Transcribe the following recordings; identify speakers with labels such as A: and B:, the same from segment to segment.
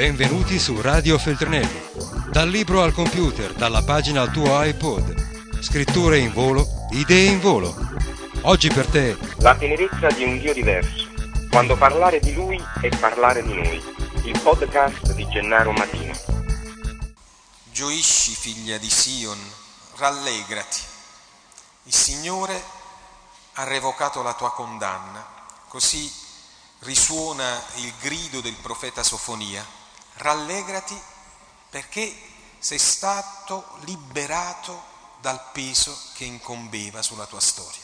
A: Benvenuti su Radio Feltrinelli. Dal libro al computer, dalla pagina al tuo iPod. Scritture in volo, idee in volo. Oggi per te
B: la tenerezza di un Dio diverso. Quando parlare di Lui è parlare di noi. Il podcast di Gennaro Matino.
C: Gioisci, figlia di Sion, rallegrati. Il Signore ha revocato la tua condanna. Così risuona il grido del profeta Sofonia. Rallegrati perché sei stato liberato dal peso che incombeva sulla tua storia.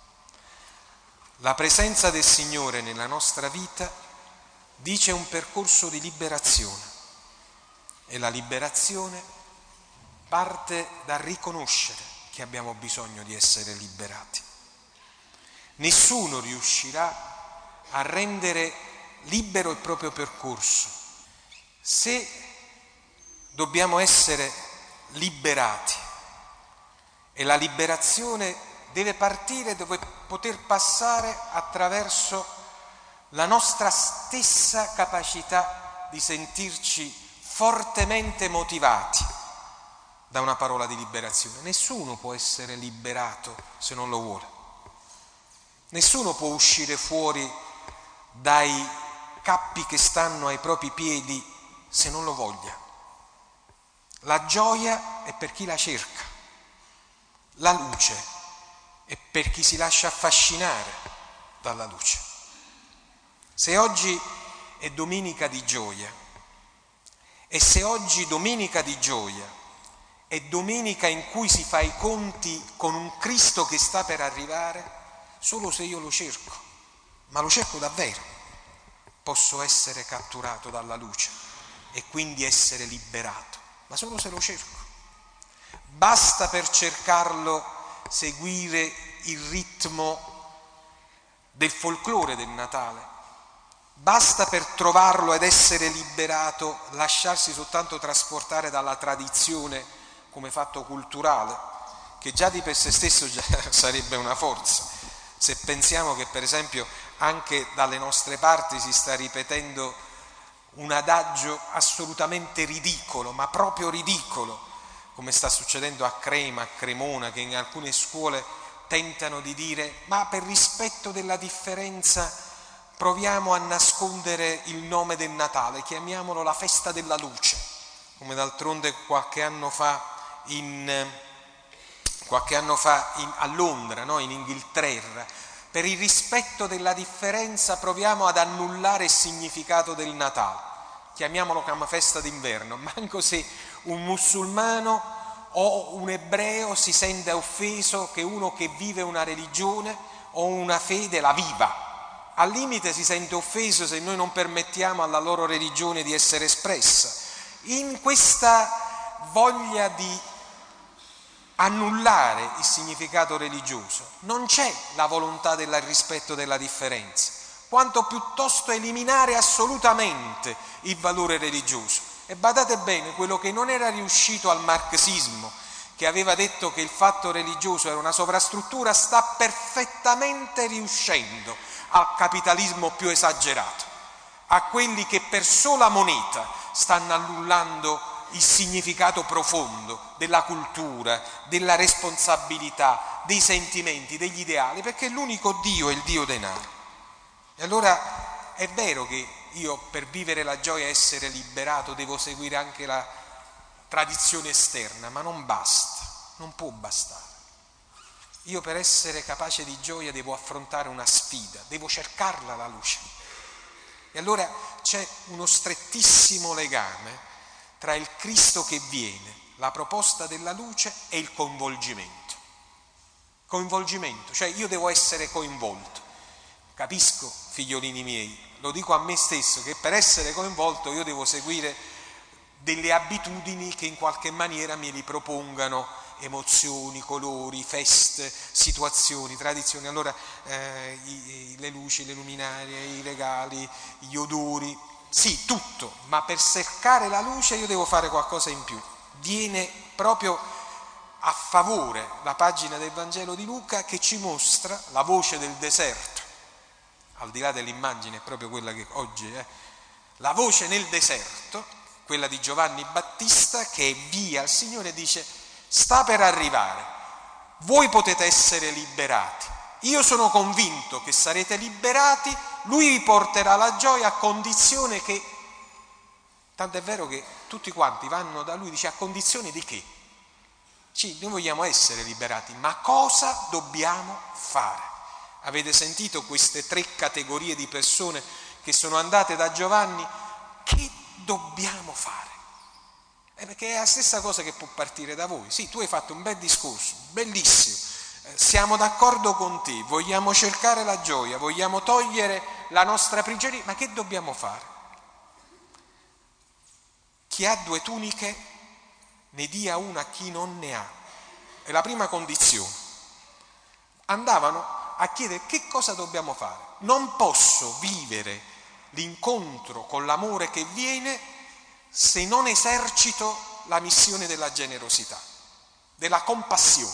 C: La presenza del Signore nella nostra vita dice un percorso di liberazione e la liberazione parte dal riconoscere che abbiamo bisogno di essere liberati. Nessuno riuscirà a rendere libero il proprio percorso se dobbiamo essere liberati, e la liberazione deve partire, deve poter passare attraverso la nostra stessa capacità di sentirci fortemente motivati da una parola di liberazione. Nessuno può essere liberato se non lo vuole. Nessuno può uscire fuori dai cappi che stanno ai propri piedi se non lo voglia. La gioia è per chi la cerca, la luce è per chi si lascia affascinare dalla luce. Se oggi è domenica di gioia, e se oggi domenica di gioia è domenica in cui si fa i conti con un Cristo che sta per arrivare, solo se io lo cerco, ma lo cerco davvero, posso essere catturato dalla luce e quindi essere liberato, ma solo se lo cerco. Basta per cercarlo seguire il ritmo del folklore del Natale, basta per trovarlo ed essere liberato, lasciarsi soltanto trasportare dalla tradizione come fatto culturale, che già di per sé stesso già sarebbe una forza. Se pensiamo che per esempio anche dalle nostre parti si sta ripetendo un adagio assolutamente ridicolo, ma proprio ridicolo, come sta succedendo a Crema, a Cremona, che in alcune scuole tentano di dire: ma per rispetto della differenza proviamo a nascondere il nome del Natale, chiamiamolo la festa della luce, come d'altronde qualche anno fa a Londra, no? In Inghilterra. Per il rispetto della differenza proviamo ad annullare il significato del Natale, chiamiamolo come festa d'inverno, manco se un musulmano o un ebreo si sente offeso che uno che vive una religione o una fede la viva. Al limite si sente offeso se noi non permettiamo alla loro religione di essere espressa. In questa voglia di annullare il significato religioso non c'è la volontà del rispetto della differenza, quanto piuttosto eliminare assolutamente il valore religioso. E badate bene, quello che non era riuscito al marxismo, che aveva detto che il fatto religioso era una sovrastruttura, sta perfettamente riuscendo al capitalismo più esagerato, a quelli che per sola moneta stanno annullando il significato profondo della cultura, della responsabilità, dei sentimenti, degli ideali, perché l'unico Dio è il Dio denaro. E allora è vero che io per vivere la gioia e essere liberato devo seguire anche la tradizione esterna, ma non basta, non può bastare. Io per essere capace di gioia devo affrontare una sfida, devo cercarla la luce. E allora c'è uno strettissimo legame tra il Cristo che viene, la proposta della luce e il coinvolgimento. Coinvolgimento, cioè io devo essere coinvolto. Capisco, figliolini miei, lo dico a me stesso, che per essere coinvolto io devo seguire delle abitudini che in qualche maniera mi ripropongano emozioni, colori, feste, situazioni, tradizioni. Allora le luci, le luminarie, i regali, gli odori, sì, tutto, ma per cercare la luce io devo fare qualcosa in più. Viene proprio a favore la pagina del Vangelo di Luca che ci mostra la voce del deserto, al di là dell'immagine, è proprio quella che oggi è, La voce nel deserto, quella di Giovanni Battista, che è via al Signore, dice: sta per arrivare, voi potete essere liberati, io sono convinto che sarete liberati, lui vi porterà la gioia a condizione che, tanto è vero che tutti quanti vanno da lui, dice: a condizione di che? Sì, noi vogliamo essere liberati, ma cosa dobbiamo fare? Avete sentito queste 3 categorie di persone che sono andate da Giovanni? Che dobbiamo fare? Perché è la stessa cosa che può partire da voi. Sì, tu hai fatto un bel discorso, bellissimo, siamo d'accordo con te, vogliamo cercare la gioia, vogliamo togliere la nostra prigionia, ma che dobbiamo fare? Chi ha 2 tuniche ne dia una a chi non ne ha. È la prima condizione. Andavano a chiedere: che cosa dobbiamo fare? Non posso vivere l'incontro con l'amore che viene se non esercito la missione della generosità, della compassione.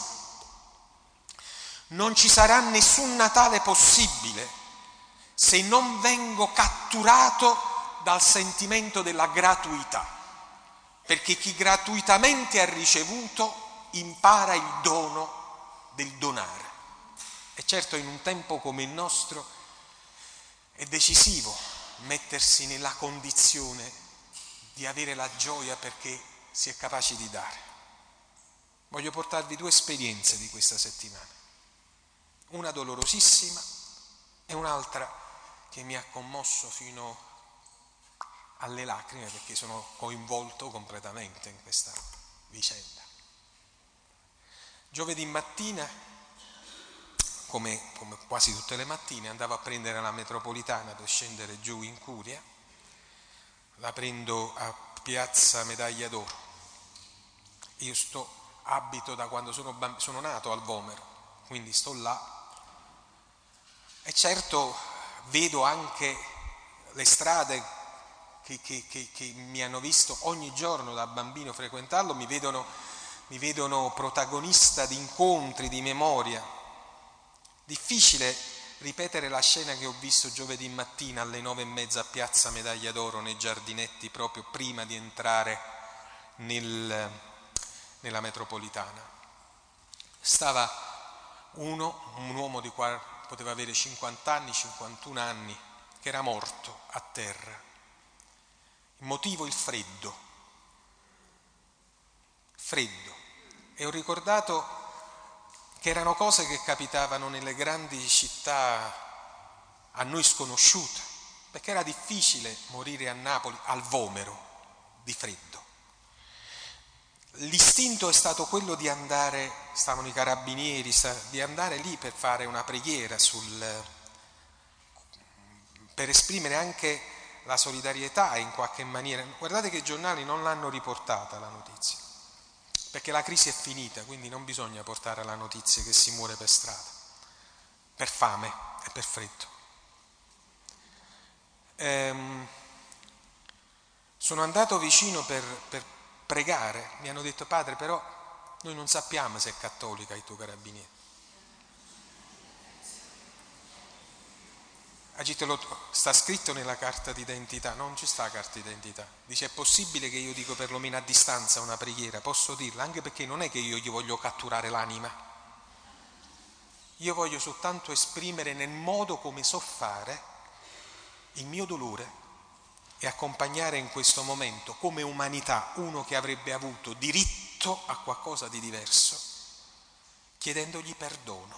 C: Non ci sarà nessun Natale possibile se non vengo catturato dal sentimento della gratuità, perché chi gratuitamente ha ricevuto impara il dono del donare. E certo, in un tempo come il nostro è decisivo mettersi nella condizione di avere la gioia perché si è capaci di dare. Voglio portarvi 2 esperienze di questa settimana, una dolorosissima e un'altra che mi ha commosso fino alle lacrime, perché sono coinvolto completamente in questa vicenda. Giovedì mattina, come quasi tutte le mattine, andavo a prendere la metropolitana per scendere giù in Curia. La prendo a Piazza Medaglia d'Oro. Io abito da quando sono nato al Vomero, quindi sto là. E certo vedo anche le strade che mi hanno visto ogni giorno da bambino frequentarlo, mi vedono protagonista di incontri, di memoria. Difficile ripetere la scena che ho visto giovedì mattina alle 9:30 a Piazza Medaglia d'Oro, nei giardinetti, proprio prima di entrare nella metropolitana. Stava un uomo di poteva avere 50 anni, 51 anni, che era morto a terra. Il motivo: il freddo. E ho ricordato che erano cose che capitavano nelle grandi città a noi sconosciute, perché era difficile morire a Napoli, al Vomero, di freddo. L'istinto è stato quello di andare, stavano i carabinieri, di andare lì per fare una preghiera, per esprimere anche la solidarietà in qualche maniera. Guardate che i giornali non l'hanno riportata la notizia, perché la crisi è finita, quindi non bisogna portare la notizia che si muore per strada, per fame e per freddo. Sono andato vicino per pregare, mi hanno detto: padre, però noi non sappiamo se è cattolica il tuo carabiniere. Sta scritto nella carta d'identità? Non ci sta la carta d'identità. Dice: è possibile che io dico perlomeno a distanza una preghiera? Posso dirla? Anche perché non è che io gli voglio catturare l'anima, io voglio soltanto esprimere nel modo come so fare il mio dolore e accompagnare in questo momento come umanità uno che avrebbe avuto diritto a qualcosa di diverso, chiedendogli perdono.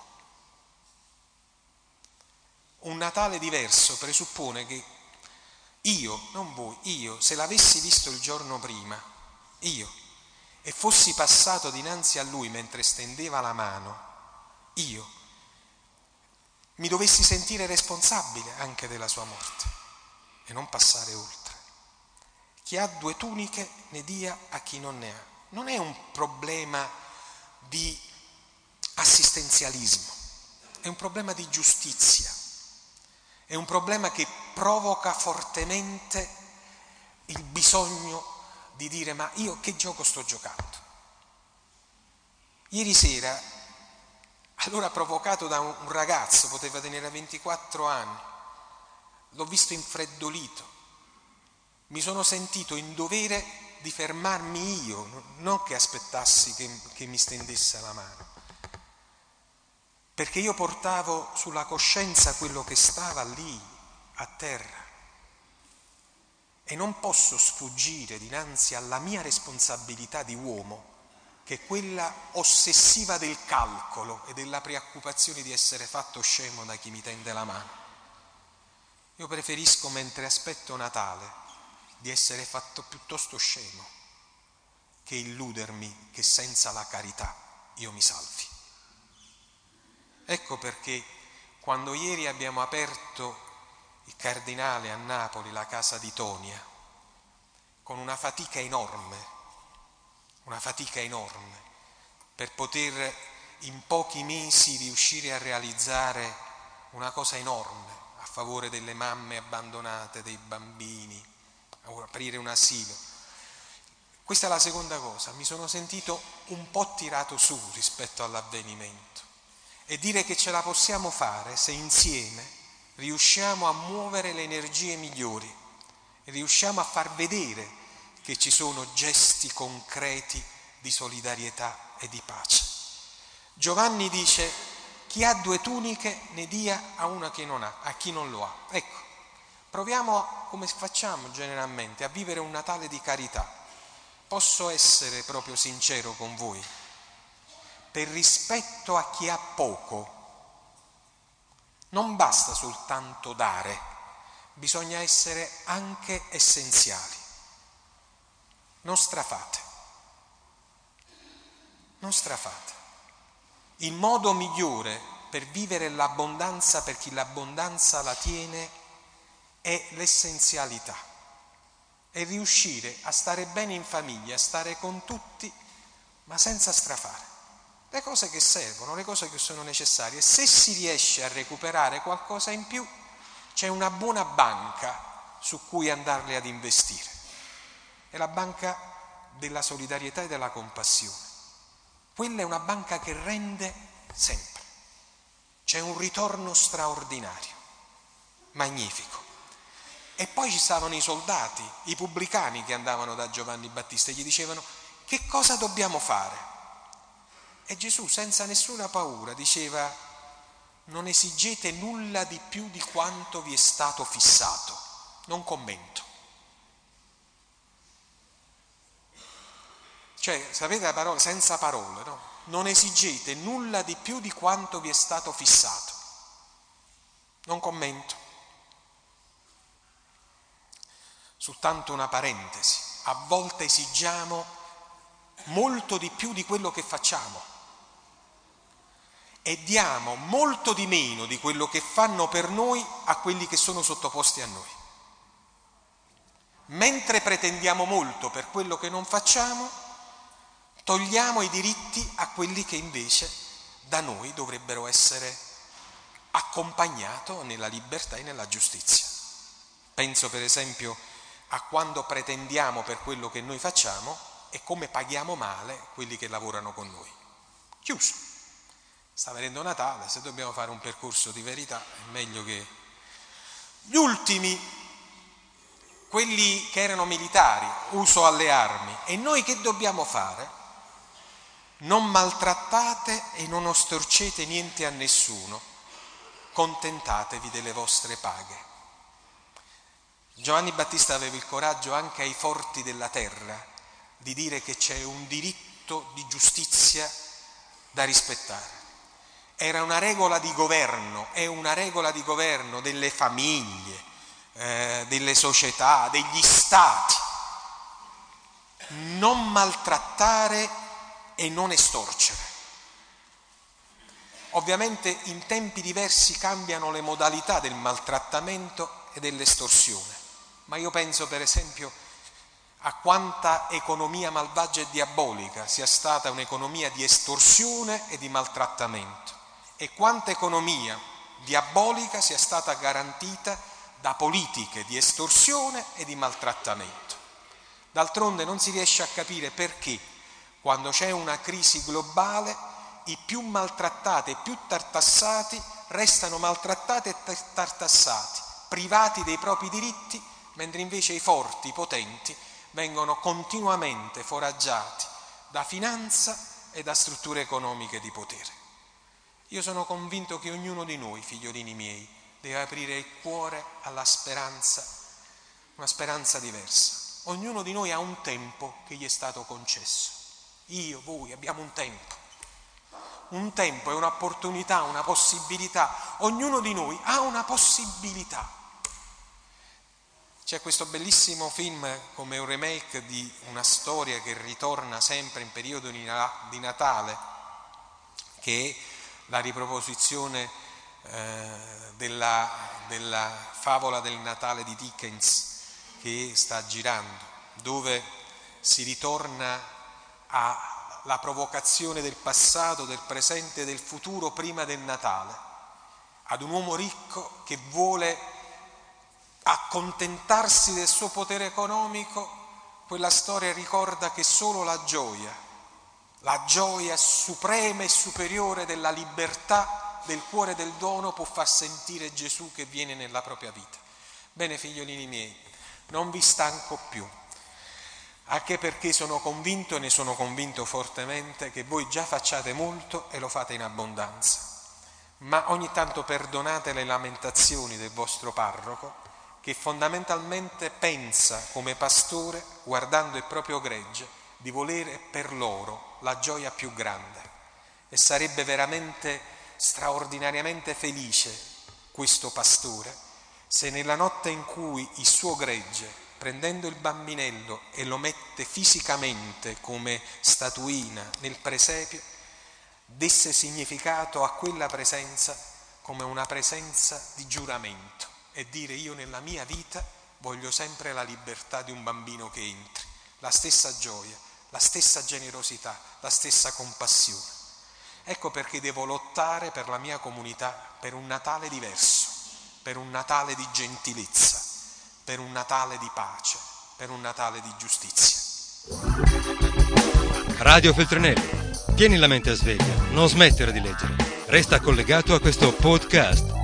C: Un Natale diverso presuppone che io, non voi, io, se l'avessi visto il giorno prima, io, e fossi passato dinanzi a lui mentre stendeva la mano, io mi dovessi sentire responsabile anche della sua morte e non passare oltre. Chi ha 2 tuniche ne dia a chi non ne ha. Non è un problema di assistenzialismo, è un problema di giustizia. È un problema che provoca fortemente il bisogno di dire: ma io che gioco sto giocando? Ieri sera, allora provocato da un ragazzo, poteva tenere 24 anni, l'ho visto infreddolito, mi sono sentito in dovere di fermarmi io, non che aspettassi che mi stendesse la mano, perché io portavo sulla coscienza quello che stava lì a terra e non posso sfuggire dinanzi alla mia responsabilità di uomo, che è quella ossessiva del calcolo e della preoccupazione di essere fatto scemo da chi mi tende la mano. Io preferisco, mentre aspetto Natale, di essere fatto piuttosto scemo che illudermi che senza la carità io mi salvi. Ecco perché quando ieri abbiamo aperto il Cardinale a Napoli, la casa di Tonia, con una fatica enorme, per poter in pochi mesi riuscire a realizzare una cosa enorme a favore delle mamme abbandonate, dei bambini, aprire un asilo. Questa è la seconda cosa, mi sono sentito un po' tirato su rispetto all'avvenimento e dire che ce la possiamo fare se insieme riusciamo a muovere le energie migliori e riusciamo a far vedere che ci sono gesti concreti di solidarietà e di pace. Giovanni dice: chi ha 2 tuniche ne dia a una che non ha, a chi non lo ha. Ecco, proviamo, come facciamo generalmente, a vivere un Natale di carità. Posso essere proprio sincero con voi? Per rispetto a chi ha poco, non basta soltanto dare, bisogna essere anche essenziali. Non strafate. Il modo migliore per vivere l'abbondanza, per chi l'abbondanza la tiene, è l'essenzialità. È riuscire a stare bene in famiglia, a stare con tutti, ma senza strafare. Le cose che servono, le cose che sono necessarie. Se si riesce a recuperare qualcosa in più, c'è una buona banca su cui andarle ad investire. È la banca della solidarietà e della compassione. Quella è una banca che rende sempre. C'è un ritorno straordinario, magnifico. E poi ci stavano i soldati, i pubblicani che andavano da Giovanni Battista e gli dicevano: che cosa dobbiamo fare? E Gesù, senza nessuna paura, diceva: non esigete nulla di più di quanto vi è stato fissato. Non commento. Cioè, sapete la parola? Senza parole, no? Non esigete nulla di più di quanto vi è stato fissato. Non commento. Soltanto una parentesi. A volte esigiamo molto di più di quello che facciamo e diamo molto di meno di quello che fanno per noi a quelli che sono sottoposti a noi. Mentre pretendiamo molto per quello che non facciamo, togliamo i diritti a quelli che invece da noi dovrebbero essere accompagnati nella libertà e nella giustizia. Penso per esempio a quando pretendiamo per quello che noi facciamo e come paghiamo male quelli che lavorano con noi. Chiuso. Sta venendo Natale, se dobbiamo fare un percorso di verità è meglio che gli ultimi, quelli che erano militari, uso alle armi. E noi che dobbiamo fare? Non maltrattate e non ostorcete niente a nessuno, contentatevi delle vostre paghe. Giovanni Battista aveva il coraggio anche ai forti della terra di dire che c'è un diritto di giustizia da rispettare. Era una regola di governo, è una regola di governo delle famiglie, delle società, degli stati. Non maltrattare e non estorcere. Ovviamente in tempi diversi cambiano le modalità del maltrattamento e dell'estorsione, ma io penso per esempio a quanta economia malvagia e diabolica sia stata un'economia di estorsione e di maltrattamento e quanta economia diabolica sia stata garantita da politiche di estorsione e di maltrattamento. D'altronde non si riesce a capire perché quando c'è una crisi globale i più maltrattati e più tartassati restano maltrattati e tartassati, privati dei propri diritti mentre invece i forti, i potenti, vengono continuamente foraggiati da finanza e da strutture economiche di potere. Io sono convinto che ognuno di noi, figliolini miei, deve aprire il cuore alla speranza, una speranza diversa. Ognuno di noi ha un tempo che gli è stato concesso. Io, voi abbiamo un tempo. Un tempo è un'opportunità, una possibilità. Ognuno di noi ha una possibilità. C'è questo bellissimo film come un remake di una storia che ritorna sempre in periodo di Natale, che è la riproposizione della favola del Natale di Dickens che sta girando, dove si ritorna alla provocazione del passato, del presente e del futuro prima del Natale, ad un uomo ricco che vuole accontentarsi del suo potere economico. Quella storia ricorda che solo la gioia suprema e superiore della libertà del cuore del dono può far sentire Gesù che viene nella propria vita. Bene, figliolini miei, non vi stanco più, anche perché sono convinto, e ne sono convinto fortemente, che voi già facciate molto e lo fate in abbondanza, ma ogni tanto perdonate le lamentazioni del vostro parroco, che fondamentalmente pensa come pastore, guardando il proprio gregge, di volere per loro la gioia più grande. E sarebbe veramente straordinariamente felice questo pastore se nella notte in cui il suo gregge, prendendo il bambinello e lo mette fisicamente come statuina nel presepio, desse significato a quella presenza come una presenza di giuramento, e dire: io nella mia vita voglio sempre la libertà di un bambino che entri, la stessa gioia, la stessa generosità, la stessa compassione. Ecco perché devo lottare per la mia comunità, per un Natale diverso, per un Natale di gentilezza, per un Natale di pace, per un Natale di giustizia.
A: Radio Feltrinelli, tieni la mente sveglia, non smettere di leggere, resta collegato a questo podcast.